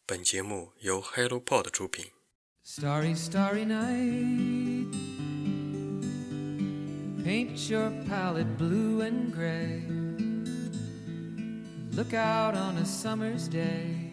本节目由 HelloPod 出品。 Starry, starry night. Paint your palette blue and gray. Look out on a summer's day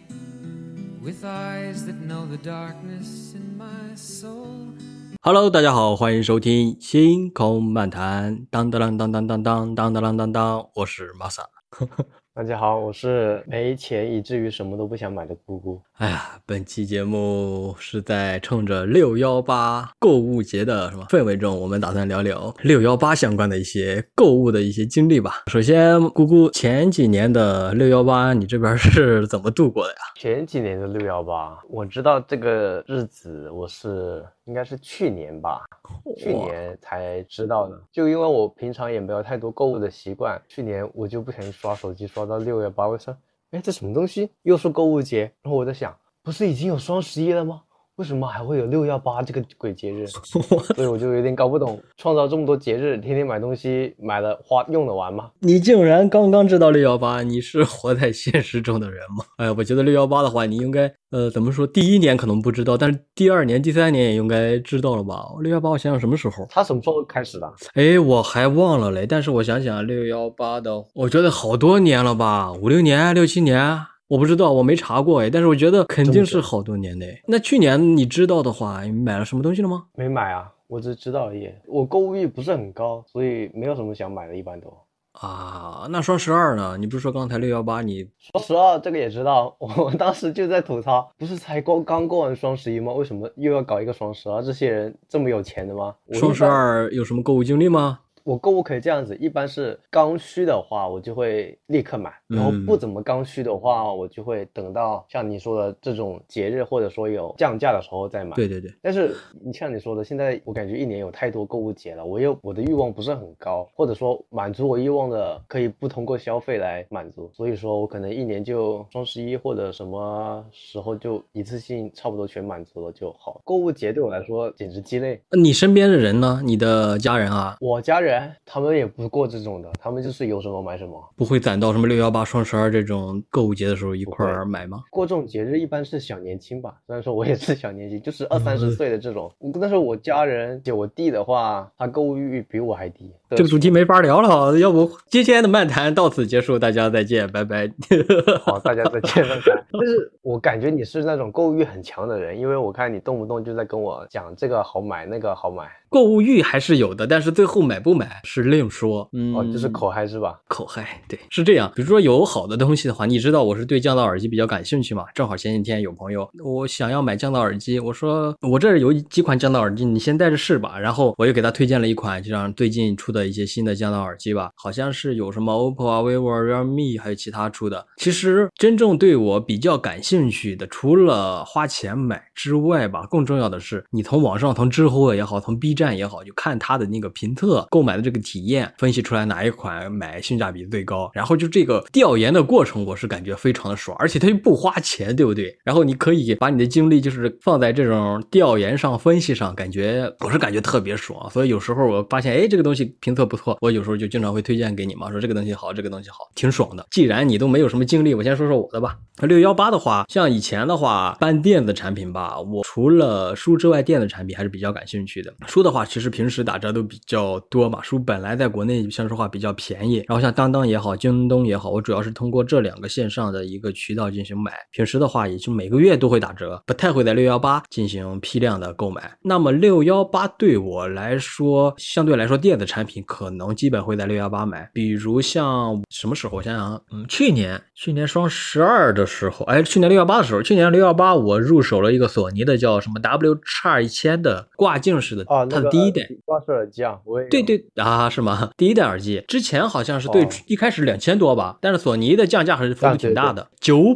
with eyes that know the darkness in my soul.Hello， 大家好，欢迎收听星空漫谈。当当当当当当当当当当当，我是 Masa。 大家好，我是没钱以至于什么都不想买的姑姑。 哎呀，本期节目是在冲着618购物节的什么氛围中，我们打算聊聊618相关的一些购物的一些经历吧。首先，姑姑前几年的618，你这边是怎么度过的呀？ 前几年的618，我知道这个日子，应该是去年吧，去年才知道的。就因为我平常也没有太多购物的习惯，去年我就不小心刷手机刷到618，我说，这什么东西？又是购物节。然后我在想，不是已经有双11了吗？为什么还会有618这个鬼节日？所以我就有点搞不懂，创造这么多节日，天天买东西，买了花用得完吗？ 你竟然刚刚知道618，你是活在现实中的人吗？我觉得618的话，你应该怎么说？第一年可能不知道，但是第二年、第三年也应该知道了吧？618我想想什么时候？ 它什么时候开始的？ 我还忘了嘞。但是我想想618的，我觉得好多年了吧，5、6年、6、7年。我不知道，我没查过但是我觉得肯定是好多年的。那去年你知道的话，你买了什么东西了吗？ 没买啊，我只知道而已。我购物欲不是很高，所以没有什么想买的，一般都。 那双12呢？你不是说刚才618你双12这个也知道，我当时就在吐槽，不是才刚过完双11吗？为什么又要搞一个双12？这些人这么有钱的吗？ 双12有什么购物经历吗？ 我购物可以这样子，一般是刚需的话我就会立刻买，然后不怎么刚需的话我就会等到像你说的这种节日或者说有降价的时候再买。 对。 但是你像你说的，现在我感觉一年有太多购物节了，我的欲望不是很高，或者说满足我欲望的可以不通过消费来满足，所以说我可能一年就双11或者什么时候就一次性差不多全满足了就好。购物节对我来说简直鸡肋。 你身边的人呢？你的家人啊？ 我家人他们也不过这种的，他们就是有什么买什么。 不会攒到什么618、双12这种购物节的时候一块儿买吗？ 过这种节日一般是小年轻吧，虽然说我也是小年轻，就是20-30岁的这种。但是我家人就我弟的话，他购物欲比我还低。 这个主题没法聊了，要不今天的漫谈到此结束，大家再见，拜拜。 好，大家再见，拜拜。但是我感觉你是那种购物欲很强的人，因为我看你动不动就在跟我讲这个好买那个好买。 购物欲还是有的，但是最后买不买是另说。 就是口嗨是吧？ 口嗨，对，是这样。比如说有好的东西的话，你知道我是对降噪耳机比较感兴趣嘛？正好前几天有朋友我想要买降噪耳机，我说我这儿有几款降噪耳机，你先带着试吧。然后我又给他推荐了一款，就像最近出的一些新的降噪耳机吧，好像是有什么 OPPO 啊、vivo、realme 还有其他出的。其实真正对我比较感兴趣的，除了花钱买之外吧，更重要的是你从网上从知乎也好，从 B 站也好，就看他的那个评测，购买的这个体验，分析出来哪一款买性价比最高。然后就这个调研的过程，我是感觉非常的爽，而且它又不花钱，对不对？然后你可以把你的精力就是放在这种调研上、分析上，我是感觉特别爽。所以有时候我发现，这个东西评测不错，我有时候就经常会推荐给你嘛，说这个东西好，这个东西好，挺爽的。既然你都没有什么精力，我先说说我的吧。618的话，像以前的话，搬电子产品吧，我除了书之外，电子产品还是比较感兴趣的。书的话，其实平时打折都比较多嘛，书本来在国内像说话比较便宜，然后像当当也好，京东也好，我主要是通过这两个线上的一个渠道进行买。平时的话，也就每个月都会打折，不太会在618进行批量的购买。那么618对我来说，相对来说电子产品可能基本会在618买，比如像什么时候？我想想，去年双12的时候，去年618的时候，去年618我入手了一个索尼的叫什么 WX1000的挂镜式的，它的第一代挂式耳机啊，我也有。 对是吗？第一代耳机之前好像是一开始2000多吧，但是索尼的降价还是幅度挺大的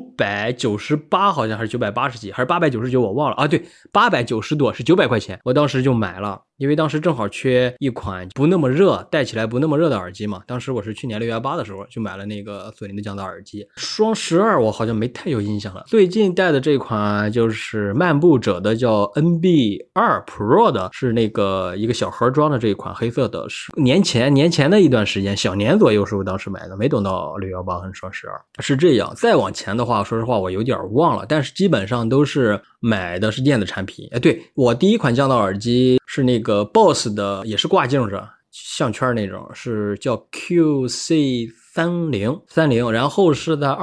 ，998好像还是980几，还是899我忘了啊，对，890多是900块钱，我当时就买了。 因为当时正好缺一款不那么热，戴起来不那么热的耳机嘛。当时我是去年618的时候就买了那个索尼的降噪耳机。双12我好像没太有印象了。最近戴的这款就是漫步者的叫 NB2 Pro 的，是那个一个小盒装的这一款黑色的，是年前的一段时间，小年左右时候当时买的，没等到618和双12。是这样，再往前的话，说实话我有点忘了，但是基本上都是买的是电子产品。对，我第一款降噪耳机是那个 BOSS 的，也是挂镜上项圈那种，是叫 QC30，然后是在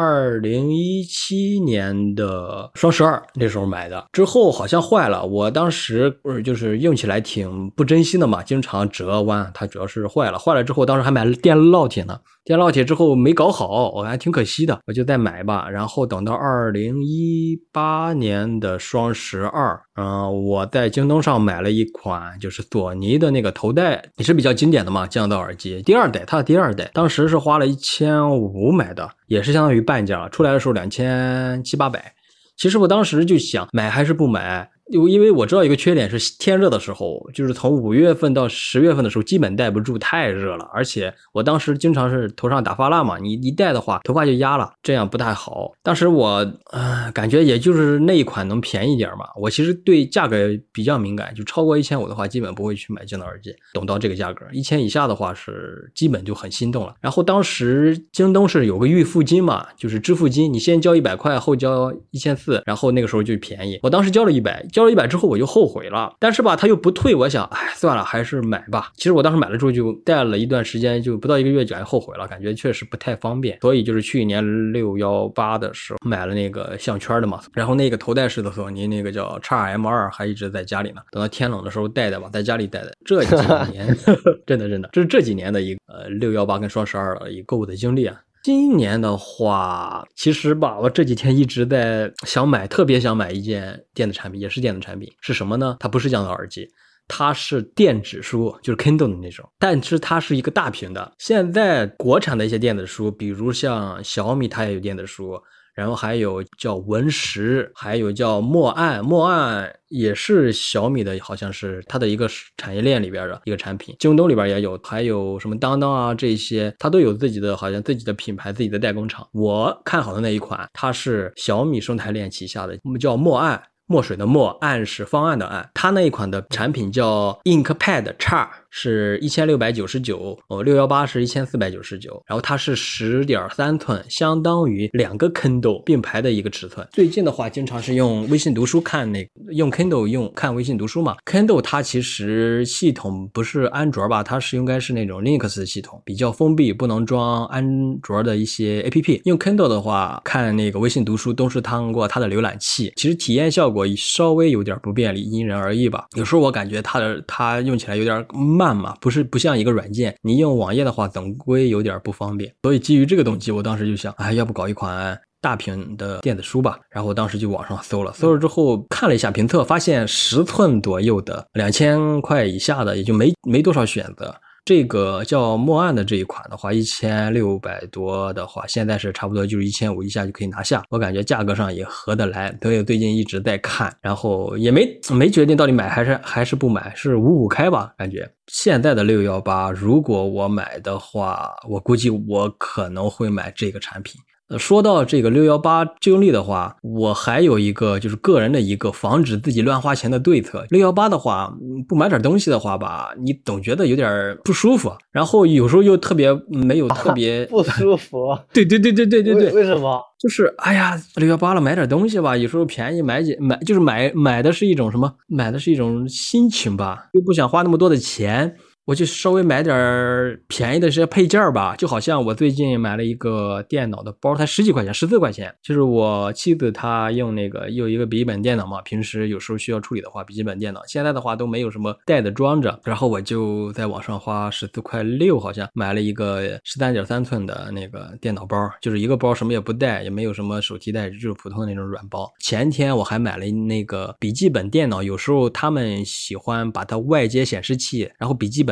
2017年的双12那时候买的，之后好像坏了，我当时就是用起来挺不珍惜的嘛，经常折弯，它主要是坏了之后，当时还买了电烙铁呢，电烙铁之后没搞好，我还挺可惜的，我就再买吧。然后等到2018年的双12，我在京东上买了一款就是索尼的那个头戴，也是比较经典的嘛，降噪耳机，第二代，它的第二代，当时是花了1500买的，也是相当于半价，出来的时候2700-800。其实我当时就想买还是不买，因为我知道一个缺点是天热的时候，就是从5月份到10月份的时候基本戴不住，太热了，而且我当时经常是头上打发蜡嘛，你一戴的话头发就压了，这样不太好。当时我感觉也就是那一款能便宜点嘛，我其实对价格比较敏感，就超过1500的话基本不会去买降噪耳机，懂到这个价格，1000以下的话是基本就很心动了。然后当时京东是有个预付金嘛，就是支付金，你先交100块后交1400，然后那个时候就便宜，我当时交了100，交了100之后我就后悔了，但是吧他又不退，我想算了还是买吧。其实我当时买了之后就戴了一段时间，就不到1个月就后悔了，感觉确实不太方便，所以就是去年618的时候买了那个项圈的嘛，然后那个头戴式的索尼那个叫 XM2 还一直在家里呢，等到天冷的时候戴的吧，在家里戴的。这几年真的这是这几年的一个618跟双12的一个购物的经历啊。今年的话，其实吧，我这几天一直在想买，特别想买一件电子产品，也是电子产品，是什么呢？它不是降噪耳机，它是电子书，就是 Kindle 的那种，但是它是一个大屏的。现在国产的一些电子书，比如像小米，它也有电子书，然后还有叫文石，还有叫墨岸也是小米的，好像是它的一个产业链里边的一个产品，京东里边也有，还有什么当当啊这些，它都有自己的好像自己的品牌，自己的代工厂。我看好的那一款，它是小米生态链旗下的，叫墨岸，墨水的墨，岸是方案的岸，它那一款的产品叫 InkPad X，是1699，618是1499，然后它是10.3寸，相当于2个 Kindle 并排的一个尺寸。最近的话，经常是用微信读书看用 Kindle 看微信读书嘛。Kindle 它其实系统不是安卓吧，它是应该是那种 Linux 系统，比较封闭，不能装安卓的一些 APP。用 Kindle 的话，看那个微信读书都是通过它的浏览器，其实体验效果稍微有点不便利，因人而异吧。有时候我感觉它用起来有点慢嘛，不像一个软件，你用网页的话总归有点不方便。所以基于这个东西，我当时就想，要不搞一款大屏的电子书吧。然后我当时就网上搜了之后看了一下评测，发现10寸左右的2000块以下的也就没多少选择。这个叫墨岸的这一款的话，1600多的话，现在是差不多就是1500以下就可以拿下，我感觉价格上也合得来，所以最近一直在看，然后也没决定到底买还是不买，是五开吧，感觉。现在的618，如果我买的话，我估计我可能会买这个产品。说到这个618经历的话，我还有一个就是个人的一个防止自己乱花钱的对策。618的话，不买点东西的话吧，你总觉得有点不舒服，然后有时候又特别没有特别不舒服。 对， 为什么？ 就是618了，买点东西吧，有时候便宜就是买的是一种什么？买的是一种心情吧，又不想花那么多的钱。我就稍微买点便宜的这些配件吧，就好像我最近买了一个电脑的包，才10几块钱，14块钱。就是我妻子她用有一个笔记本电脑嘛，平时有时候需要处理的话，笔记本电脑现在的话都没有什么带的装着，然后我就在网上花14块6好像买了一个13.3寸的那个电脑包，就是一个包什么也不带，也没有什么手提袋，就是普通的那种软包。前天我还买了那个笔记本电脑，有时候他们喜欢把它外接显示器，然后笔记本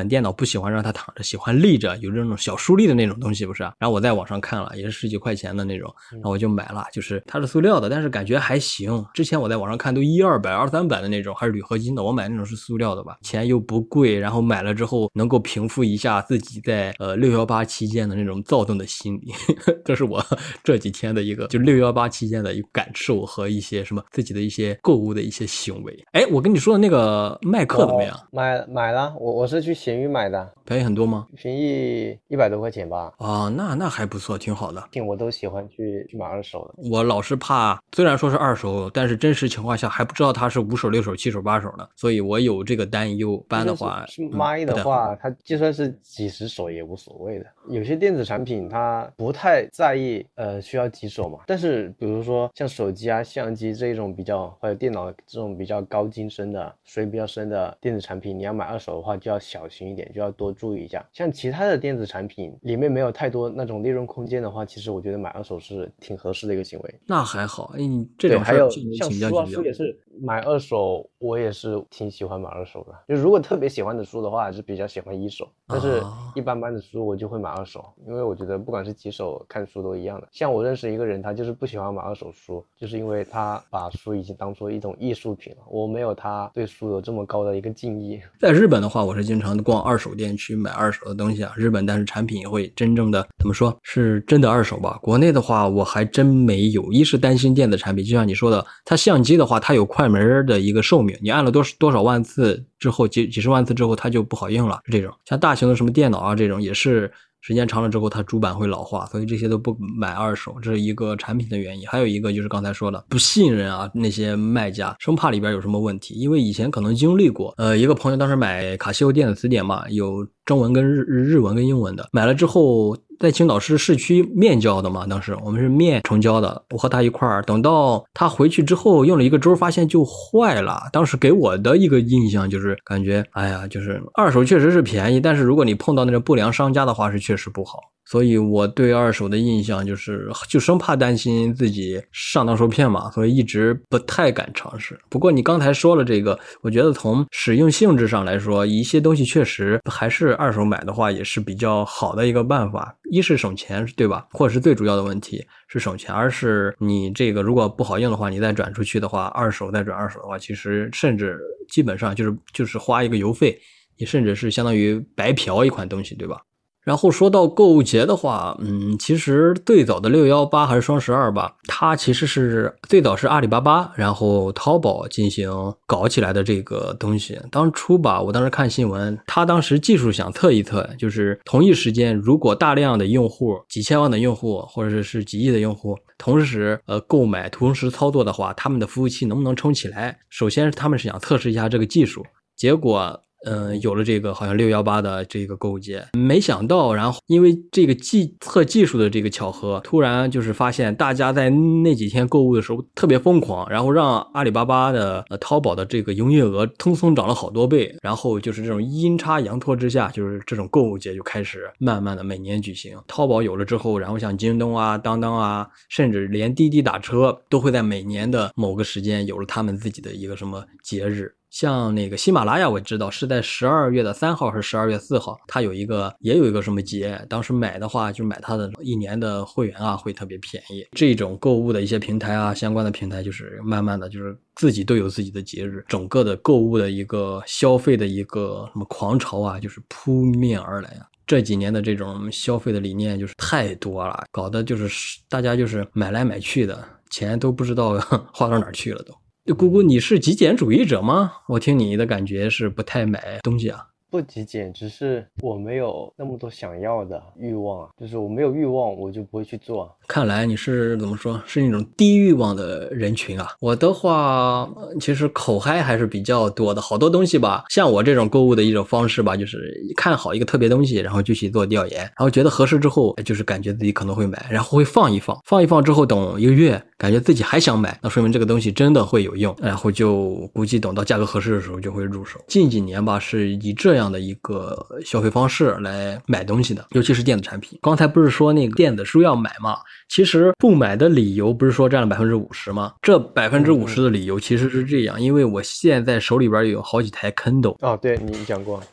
本电脑不喜欢让它躺着，喜欢立着，有这种小书立的那种东西不是然后我在网上看了，也是10几块钱的那种，然后我就买了，就是它是塑料的，但是感觉还行。之前我在网上看都1、200、2、300的那种，还是铝合金的，我买那种是塑料的吧，钱又不贵，然后买了之后能够平复一下自己在618期间的那种躁动的心理，这是我这几天的一个就618期间的一个感受和一些什么自己的一些购物的一些行为。哎，我跟你说的那个麦克怎么样？ 买了，我是去闲鱼买的。 便宜很多吗？ 便宜100多块钱吧。 那还不错，挺好的。 我都喜欢去买二手的。 我老是怕，虽然说是二手，但是真实情况下还不知道它是5手、6手、7手、8手的，所以我有这个担忧。不然的话， 是卖的话，它就算是几十手也无所谓的。有些电子产品它不太在意需要几手嘛，但是比如说像手机啊、相机这种比较，还有电脑这种比较高精深的、水比较深的电子产品，你要买二手的话就要小心一点，就要多注意一下。像其他的电子产品里面没有太多那种利润空间的话，其实我觉得买二手是挺合适的一个行为。 那还好，这种还有像书啊，书也是买二手，我也是挺喜欢买二手的。就如果特别喜欢的书的话，还是比较喜欢一手，但是一般般的书我就会买二手，因为我觉得不管是几手看书都一样的。像我认识一个人，他就是不喜欢买二手书，就是因为他把书已经当做一种艺术品了。我没有他对书有这么高的一个敬意。 在日本的话，我是经常逛二手店去买二手的东西啊。日本但是产品也会真正的怎么说是真的二手吧。国内的话我还真没有，一是担心电子产品，就像你说的，它相机的话它有快门的一个寿命，你按了多少万次之后，几十万次之后它就不好用了，是这种。像大型的什么电脑啊这种也是时间长了之后它主板会老化，所以这些都不买二手，这是一个产品的原因。还有一个就是刚才说的不信任啊，那些卖家生怕里边有什么问题，因为以前可能经历过一个朋友当时买卡西欧电子词典嘛，有中文跟日文跟英文的，买了之后在青岛市市区面交的嘛，当时我们是面成交的，我和他一块儿，等到他回去之后用了1个周发现就坏了。当时给我的一个印象就是感觉哎呀，就是二手确实是便宜，但是如果你碰到那种不良商家的话是确实不好。所以我对二手的印象就生怕担心自己上当受骗嘛，所以一直不太敢尝试。不过你刚才说了这个，我觉得从使用性质上来说，一些东西确实还是二手买的话也是比较好的一个办法。一是省钱，对吧？或者是最主要的问题是省钱，而是你这个如果不好用的话，你再转出去的话，二手再转二手的话，其实甚至基本上就是花一个邮费，你甚至是相当于白嫖一款东西，对吧？然后说到购物节的话，其实最早的618还是双12吧，它其实是最早是阿里巴巴，然后淘宝进行搞起来的这个东西。当初吧，我当时看新闻，它当时技术想测一测，就是同一时间如果大量的用户，几千万的用户或者是几亿的用户同时购买同时操作的话，他们的服务器能不能冲起来。首先他们是想测试一下这个技术，结果有了这个好像618的这个购物节，没想到然后因为这个测技术的这个巧合，突然就是发现大家在那几天购物的时候特别疯狂，然后让阿里巴巴的淘宝的这个营业额蹭蹭涨了好多倍，然后就是这种阴差阳错之下，就是这种购物节就开始慢慢的每年举行。淘宝有了之后，然后像京东啊、当当啊，甚至连滴滴打车都会在每年的某个时间有了他们自己的一个什么节日。像那个喜马拉雅我知道是在12月3号还是12月4号，它也有一个什么节，当时买的话就买它的1年的会员啊，会特别便宜。这种购物的一些平台啊，相关的平台就是慢慢的就是自己都有自己的节日，整个的购物的一个消费的一个什么狂潮啊，就是扑面而来啊。这几年的这种消费的理念就是太多了，搞得就是大家就是买来买去的，钱都不知道花到哪儿去了都。姑姑，你是极简主义者吗？我听你的感觉是不太买东西啊。 不极简，只是我没有那么多想要的欲望啊，就是我没有欲望我就不会去做。 看来你是怎么说，是那种低欲望的人群啊。我的话其实口嗨还是比较多的，好多东西吧，像我这种购物的一种方式吧，就是看好一个特别东西，然后就去做调研，然后觉得合适之后就是感觉自己可能会买，然后会放一放之后等1个月感觉自己还想买，那说明这个东西真的会有用，然后就估计等到价格合适的时候就会入手。近几年吧是以这样的一个消费方式来买东西的，尤其是电子产品。刚才不是说那个电子书要买吗？其实不买的理由不是说占了 50% 吗？这 50% 的理由其实是这样，因为我现在手里边有好几台 Kindle。 哦，对，你讲过。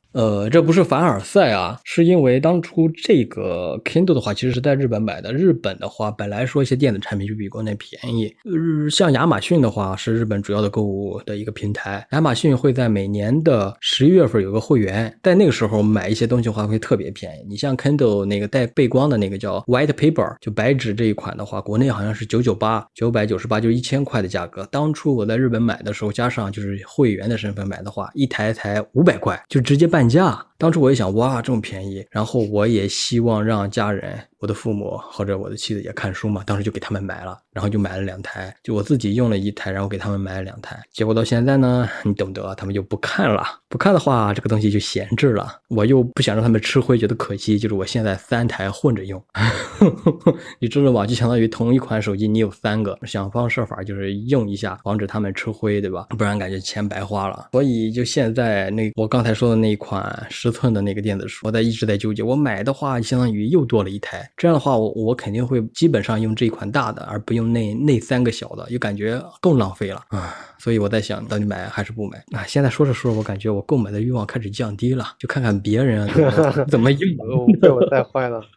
这不是凡尔赛啊，是因为当初这个 Kindle 的话，其实是在日本买的。日本的话，本来说一些电子产品就比国内便宜。像亚马逊的话，是日本主要的购物的一个平台。亚马逊会在每年的11月份有个会员，在那个时候买一些东西的话会特别便宜。你像 Kindle 那个带背光的那个叫 White Paper， 就白纸这一款的话，国内好像是998、998，就是1000块的价格。当初我在日本买的时候，加上就是会员的身份买的话，一台才500块，就直接半价。当时我也想，哇，这么便宜，然后我也希望让家人，我的父母或者我的妻子也看书嘛，当时就给他们买了，然后就买了2台，就我自己用了1台，然后给他们买了2台。结果到现在呢，你懂得，他们就不看了，不看的话，这个东西就闲置了，我又不想让他们吃灰，觉得可惜，就是我现在3台混着用。你知道吗？就相当于同一款手机你有3个，想方设法就是用一下，防止他们吃灰，对吧？不然感觉钱白花了。所以就现在我刚才说的那一款10寸的那个电子书，我一直在纠结，我买的话相当于又多了1台，这样的话我肯定会基本上用这一款大的，而不用那3个小的，又感觉更浪费了啊。所以我在想，到底买还是不买啊？现在说着说着，我感觉我购买的欲望开始降低了，就看看别人怎么用， 被我带坏了。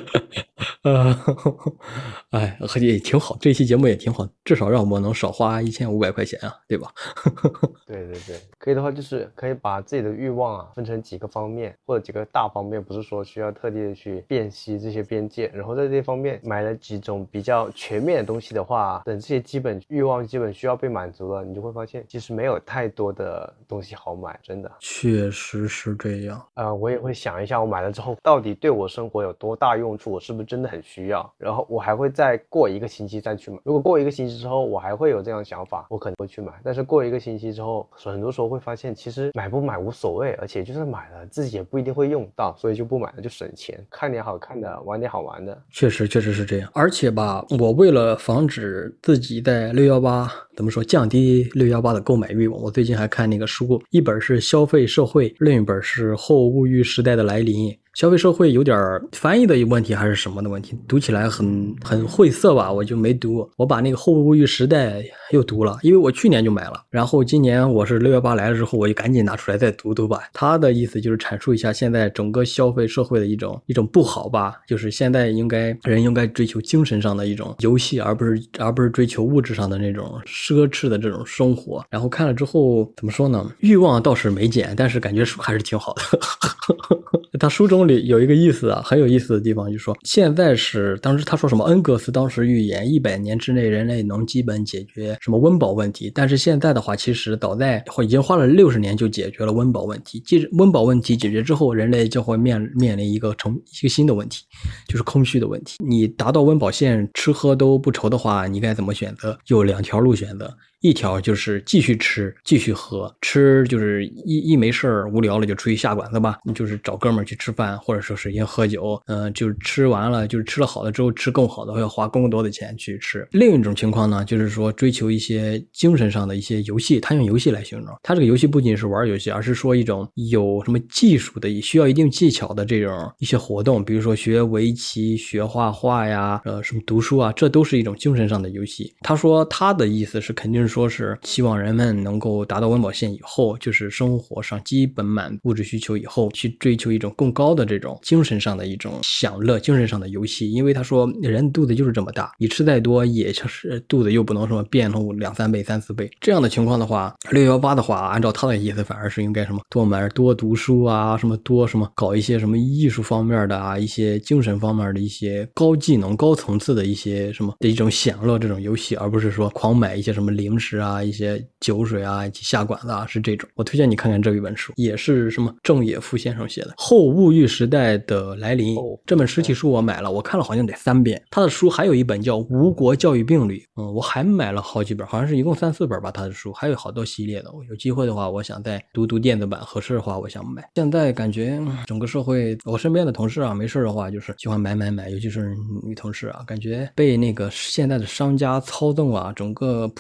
哎，也挺好，这期节目也挺好，至少让我能少花1500块钱啊，对吧？ 对对对，可以的话就是可以把自己的欲望分成几个方面，或者几个大方面，不是说需要特地的去辨析这些边界，然后在这方面买了几种比较全面的东西的话，等这些基本欲望基本需要被满足了，你就会发现其实没有太多的东西好买，真的。 确实是这样。 我也会想一下，我买了之后到底对我生活有多大用处，我是不是真的很需要，然后我还会再过1个星期再去买。如果过1个星期之后我还会有这样的想法，我可能会去买，但是过1个星期之后，很多时候会发现其实买不买无所谓，而且就算买了自己也不一定会用到，所以就不买了，就省钱，看点好看的，玩点好玩的。 确实是这样。而且吧，我为了防止自己在618怎么说降低618的购买欲望，我最近还看那个书，一本是《消费社会》，另一本是《后物欲时代的来临》。消费社会有点翻译的问题还是什么的问题，读起来很晦涩吧，我就没读。我把那个后物欲时代又读了，因为我去年就买了，然后今年我是618来了之后，我就赶紧拿出来再读读吧。他的意思就是阐述一下现在整个消费社会的一种不好吧，就是现在人应该追求精神上的一种游戏，而不是追求物质上的那种奢侈的这种生活。然后看了之后怎么说呢，欲望倒是没减，但是感觉书还是挺好的。他书中里有一个意思啊，很有意思的地方，就是说现在是当时他说什么，恩格斯当时预言100年之内人类能基本解决什么温饱问题，但是现在的话其实早在已经花了60年就解决了温饱问题。温饱问题解决之后，人类就会面临一个新的问题，就是空虚的问题。你达到温饱线吃喝都不愁的话，你该怎么选择？有2条路选择，一条就是继续吃继续喝，吃就是一没事儿无聊了就出去下馆子吧，你就是找哥们儿去吃饭，或者说是先喝酒，就是吃完了就是吃了好的之后吃更好的，要花更多的钱去吃。另一种情况呢，就是说追求一些精神上的一些游戏，他用游戏来形容，他这个游戏不仅是玩游戏，而是说一种有什么技术的需要一定技巧的这种一些活动，比如说学围棋、学画画呀，什么读书啊，这都是一种精神上的游戏。他说他的意思是肯定说是希望人们能够达到温饱线以后，就是生活上基本满物质需求以后，去追求一种更高的这种精神上的一种享乐，精神上的游戏。因为他说人肚子就是这么大，你吃再多也就是肚子又不能什么变动2-3倍、3-4倍。这样的情况的话，618的话，按照他的意思，反而是应该什么多读书啊，什么搞一些什么艺术方面的啊，一些精神方面的一些高技能、高层次的一些什么的一种享乐这种游戏，而不是说狂买一些什么零食啊、一些酒水啊、一起下馆子啊，是这种。我推荐你看看这一本书，也是什么正野夫先生写的《后物欲时代的来临》。这本实体书我买了，我看了好像得3遍。他的书还有一本叫《吴国教育病旅》，我还买了好几本，好像是一共3-4本吧。他的书还有好多系列的，有机会的话，我想再读电子版，合适的话我想买。现在感觉整个社会，我身边的同事啊，没事的话就是喜欢买，尤其是女同事啊，感觉被那个现在的商家操纵啊，整个铺天盖地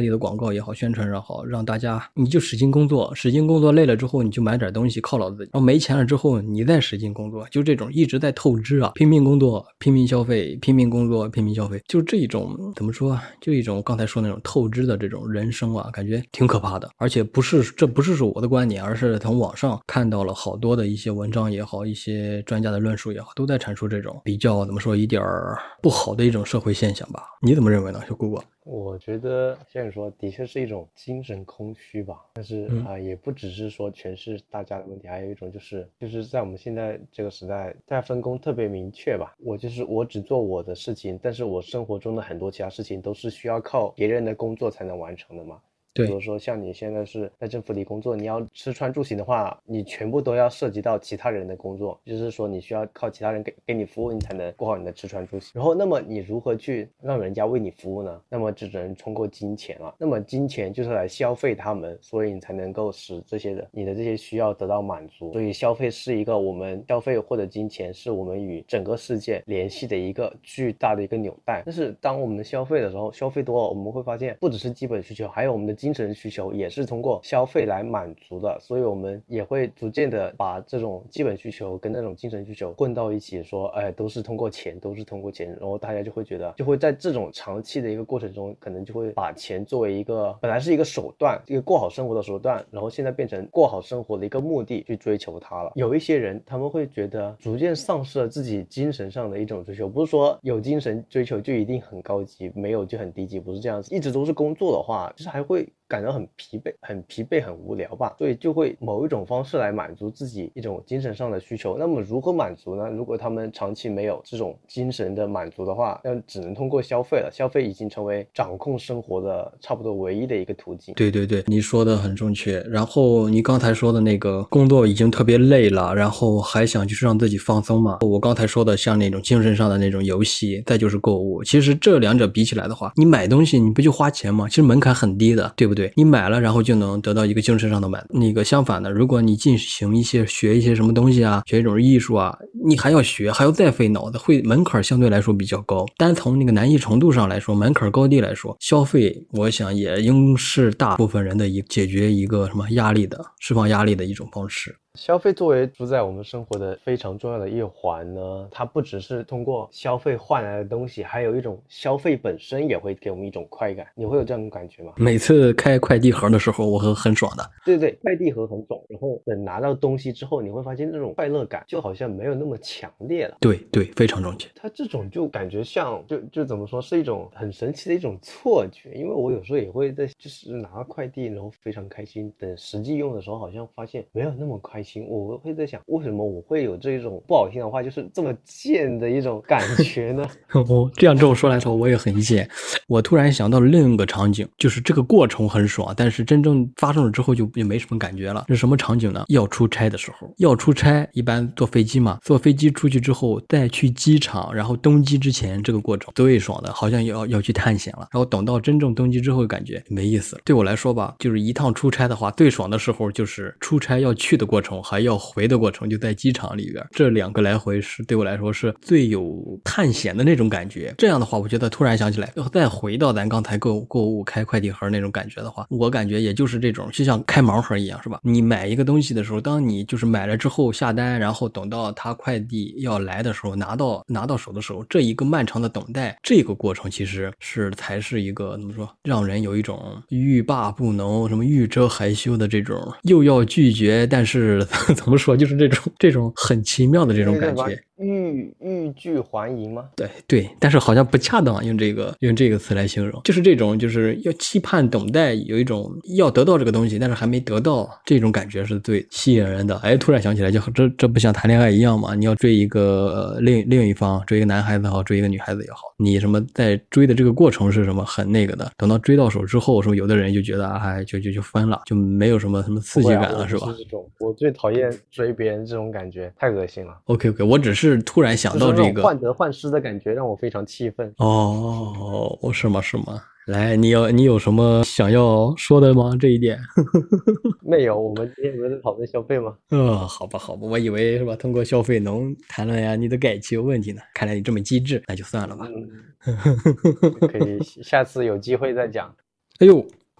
的广告也好，宣传也好，让大家你就使劲工作，使劲工作累了之后你就买点东西犒劳自己，然后没钱了之后你再使劲工作，就这种一直在透支啊，拼命工作，拼命消费，拼命工作，拼命消费，就这种怎么说啊？就一种刚才说那种透支的这种人生啊，感觉挺可怕的。而且这不是我的观点，而是从网上看到了好多的一些文章也好，一些专家的论述也好，都在阐述这种比较怎么说一点不好的一种社会现象吧。你怎么认为呢，小姑姑？ 我觉得像你说，的确是一种精神空虚吧。但是也不只是说全是大家的问题，还有一种就是在我们现在这个时代，大家分工特别明确吧。我只做我的事情，但是我生活中的很多其他事情都是需要靠别人的工作才能完成的嘛。比如说像你现在是在政府里工作，你要吃穿住行的话，你全部都要涉及到其他人的工作，就是说你需要靠其他人给你服务，你才能过好你的吃穿住行。然后那么你如何去让人家为你服务呢？那么只能通过金钱了。那么金钱就是来消费他们，所以你才能够使你的这些需要得到满足。所以消费是一个我们消费或者金钱是我们与整个世界联系的一个巨大的一个纽带。但是当我们消费的时候，消费多了，我们会发现不只是基本需求，还有我们的精神需求也是通过消费来满足的，所以我们也会逐渐的把这种基本需求跟那种精神需求混到一起，说都是通过钱，然后大家就会觉得，就会在这种长期的一个过程中，可能就会把钱作为一个本来是一个手段，一个过好生活的手段，然后现在变成过好生活的一个目的去追求它了。有一些人他们会觉得逐渐丧失了自己精神上的一种追求，不是说有精神追求就一定很高级，没有就很低级，不是这样子。一直都是工作的话，就是还会感到很疲惫很无聊吧，所以就会某一种方式来满足自己一种精神上的需求。那么如何满足呢？如果他们长期没有这种精神的满足的话，那只能通过消费了。消费已经成为掌控生活的差不多唯一的一个途径。 对对对，你说的很正确。然后你刚才说的那个工作已经特别累了，然后还想就是让自己放松嘛。我刚才说的像那种精神上的那种游戏，再就是购物，其实这两者比起来的话，你买东西你不就花钱吗？其实门槛很低的，对不对？你买了然后就能得到一个精神上的满足。那个相反的，如果你进行学一些什么东西啊，学一种艺术啊，你还要学，还要再费脑子，门槛相对来说比较高。单从那个难易程度上来说，门槛高低来说，消费我想也应是大部分人的解决一个什么压力的，释放压力的一种方式。 消费作为主宰我们生活的非常重要的一环呢，它不只是通过消费换来的东西，还有一种消费本身也会给我们一种快感。你会有这样的感觉吗？ 每次开快递盒的时候我很爽的。 对对，快递盒很爽，然后等拿到东西之后，你会发现这种快乐感就好像没有那么强烈了。 对对，非常正确。 它这种就感觉像就怎么说，是一种很神奇的一种错觉。因为我有时候也会在就是拿到快递然后非常开心，等实际用的时候好像发现没有那么开心。我会在想，为什么我会有这种不好听的话，就是这么贱的一种感觉呢？ 这么说来说，我也很贱。我突然想到了另一个场景，就是这个过程很爽，但是真正发生了之后就没什么感觉了。是什么场景呢？要出差的时候，一般坐飞机嘛，坐飞机出去之后再去机场，然后登机之前这个过程最爽的，好像要去探险了。然后等到真正登机之后，感觉没意思。对我来说吧，就是一趟出差的话，最爽的时候就是出差要去的过程，还要回的过程，就在机场里边，这两个来回是对我来说是最有探险的那种感觉。这样的话，我觉得突然想起来，再回到咱刚才购物开快递盒那种感觉的话，我感觉也就是这种，就像开盲盒一样，是吧？你买一个东西的时候，当你就是买了之后下单，然后等到他快递要来的时候，拿到手的时候，这一个漫长的等待，这个过程其实才是一个怎么说，让人有一种欲罢不能、什么欲遮还羞的这种，又要拒绝，但是怎么说，就是这种很奇妙的这种感觉。 欲拒还迎吗？ 对，但是好像不恰当用这个词来形容，就是这种就是要期盼等待，有一种要得到这个东西，但是还没得到，这种感觉是最吸引人的。突然想起来，就这不像谈恋爱一样嘛？你要追一个另一方，追一个男孩子也好，追一个女孩子也好，你什么在追的这个过程是什么很那个的，等到追到手之后，是不是有的人就觉得就分了，就没有什么刺激感了，是吧？ 我最讨厌追别人这种感觉，太恶心了。 OK， 我只是突然想到这个患得患失的感觉，让我非常气愤。 是吗？来，你有什么想要说的吗？这一点没有，我们今天不是在讨论消费吗？ 好吧，我以为是吧，通过消费能谈论呀你的改期有问题呢。看来你这么机智，那就算了吧。 可以，下次有机会再讲。 哎呦，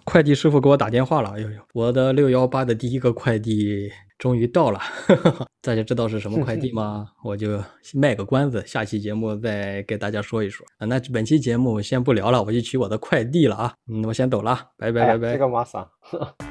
快递师傅给我打电话了，哎呦，我的618的第一个快递终于到了。大家知道是什么快递吗？我就卖个关子，下期节目再给大家说一说。那本期节目先不聊了，我就取我的快递了啊。我先走了，拜拜拜拜。 这个马上。